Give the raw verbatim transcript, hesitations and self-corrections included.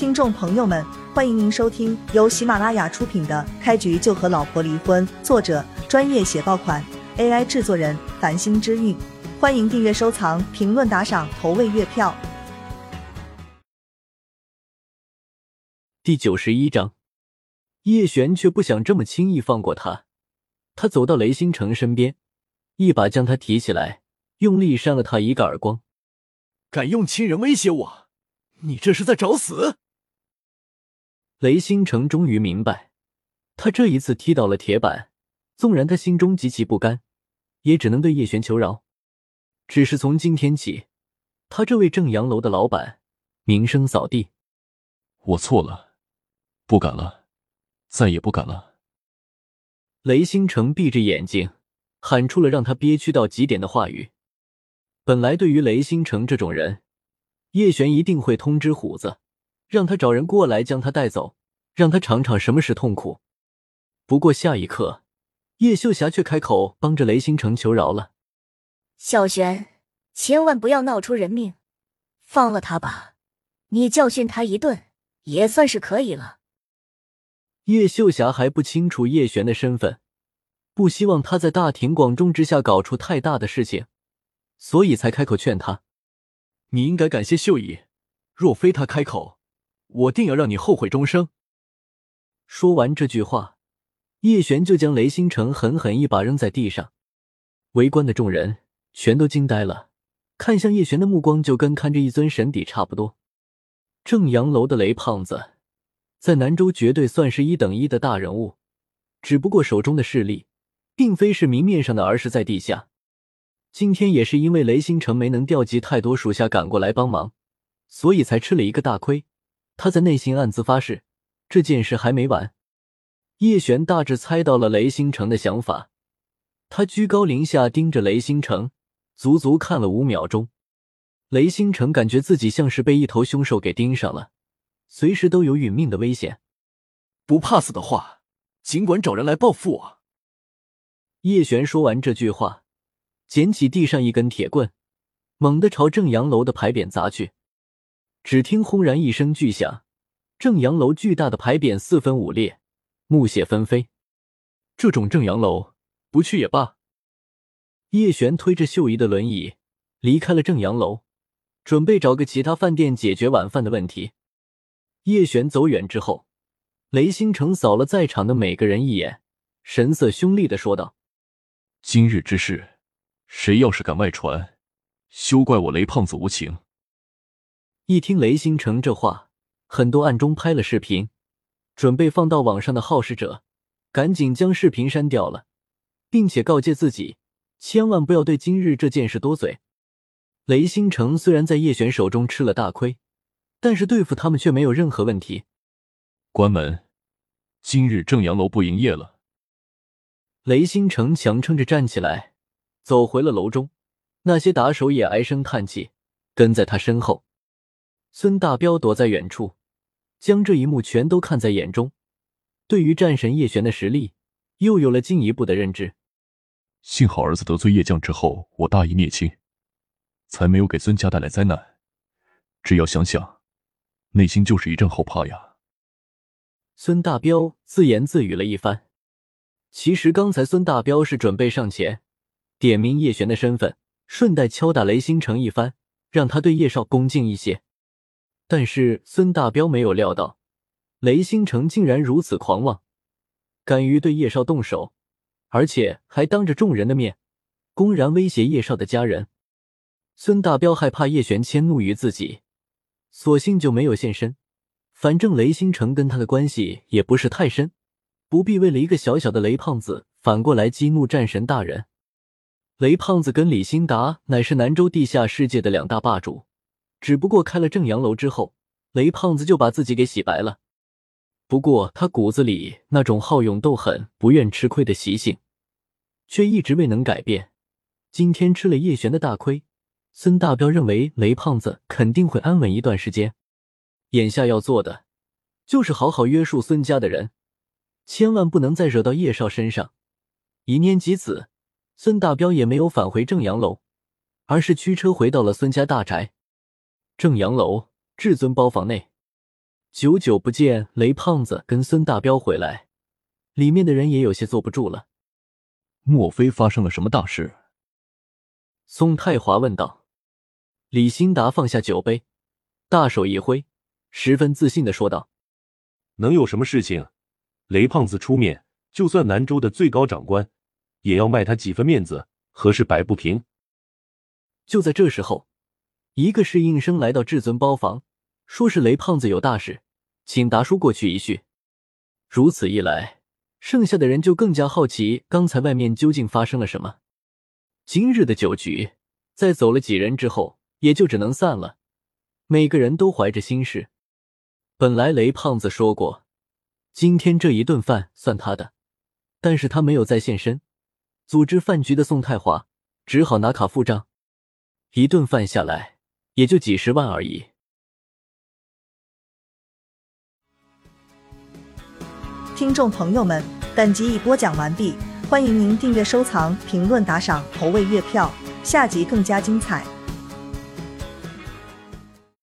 听众朋友们，欢迎您收听由喜马拉雅出品的《开局就和老婆离婚》，作者专业写爆款 ，A I 制作人繁星之韵。欢迎订阅、收藏、评论、打赏、投喂月票。 第九十一章，叶璇却不想这么轻易放过他。他走到雷星辰身边，一把将他提起来，用力扇了他一个耳光。 敢用亲人威胁我，你这是在找死！ 雷星辰终于明白，他这一次踢倒了铁板，纵然他心中极其不甘，也只能对叶璇求饶。只是从今天起，他这位正阳楼的老板名声扫地。 我错了，不敢了，再也不敢了。 雷星辰闭着眼睛，喊出了让他憋屈到极点的话语。本来对于雷星辰这种人，叶璇一定会通知虎子，让他找人过来将他带走，让他尝尝什么是痛苦。不过下一刻，叶秀霞却开口帮着雷星辰求饶了。 小璇，千万不要闹出人命，放了他吧，你教训他一顿也算是可以了。 叶秀霞还不清楚叶璇的身份，不希望他在大庭广众之下搞出太大的事情，所以才开口劝他。 你应该感谢秀姨，若非她开口，我定要让你后悔终生。 说完这句话，叶璇就将雷星辰狠狠一把扔在地上。围观的众人全都惊呆了，看向叶璇的目光就跟看着一尊神邸差不多。正阳楼的雷胖子在南州绝对算是一等一的大人物，只不过手中的势力并非是明面上的，而是在地下。今天也是因为雷星辰没能调集太多属下赶过来帮忙，所以才吃了一个大亏。他在内心暗自发誓，这件事还没完。叶璇大致猜到了雷星辰的想法，他居高临下盯着雷星辰，足足看了五秒钟。雷星辰感觉自己像是被一头凶兽给盯上了，随时都有殒命的危险。 不怕死的话，尽管找人来报复我。 叶璇说完这句话，捡起地上一根铁棍，猛地朝正阳楼的牌匾砸去。只听轰然一声巨响，正阳楼巨大的牌匾四分五裂，木屑纷飞。 这种正阳楼不去也罢。 叶璇推着秀姨的轮椅离开了正阳楼，准备找个其他饭店解决晚饭的问题。叶璇走远之后，雷星辰扫了在场的每个人一眼，神色凶厉地说道： 今日之事，谁要是敢外传，休怪我雷胖子无情。 一听雷星辰这话，很多暗中拍了视频准备放到网上的好事者赶紧将视频删掉了，并且告诫自己千万不要对今日这件事多嘴。雷星辰虽然在叶璇手中吃了大亏，但是对付他们却没有任何问题。 关门，今日正阳楼不营业了。 雷星辰强撑着站起来，走回了楼中，那些打手也唉声叹气，跟在他身后。孙大彪躲在远处，将这一幕全都看在眼中，对于战神叶璇的实力又有了进一步的认知。 幸好儿子得罪叶将之后，我大义灭亲，才没有给孙家带来灾难。只要想想，内心就是一阵后怕呀。 孙大彪自言自语了一番。其实刚才孙大彪是准备上前点名叶璇的身份，顺带敲打雷星辰一番，让他对叶少恭敬一些。但是孙大彪没有料到雷星辰竟然如此狂妄，敢于对叶少动手，而且还当着众人的面公然威胁叶少的家人。孙大彪害怕叶璇迁怒于自己，索性就没有现身。反正雷星辰跟他的关系也不是太深，不必为了一个小小的雷胖子反过来激怒战神大人。雷胖子跟李新达乃是南州地下世界的两大霸主，只不过开了正阳楼之后，雷胖子就把自己给洗白了。不过他骨子里那种好勇斗狠、不愿吃亏的习性却一直未能改变。今天吃了叶璇的大亏，孙大彪认为雷胖子肯定会安稳一段时间。眼下要做的就是好好约束孙家的人，千万不能再惹到叶少身上。一念及此，孙大彪也没有返回正阳楼，而是驱车回到了孙家大宅。正阳楼至尊包房内， 久久不见雷胖子跟孙大彪回来，里面的人也有些坐不住了。 莫非发生了什么大事？ 宋太华问道。李兴达放下酒杯，大手一挥，十分自信地说道： 能有什么事情？雷胖子出面，就算南州的最高长官，也要卖他几分面子，何事摆不平？ 就在这时候，一个侍应生来到至尊包房，说是雷胖子有大事，请达叔过去一叙。如此一来，剩下的人就更加好奇刚才外面究竟发生了什么。今日的酒局，在走了几人之后，也就只能散了。每个人都怀着心事。本来雷胖子说过，今天这一顿饭算他的，但是他没有再现身。组织饭局的宋太华只好拿卡付账，一顿饭下来也就几十万而已。 听众朋友们，本集已播讲完毕，欢迎您订阅、收藏、评论、打赏、投喂月票，下集更加精彩。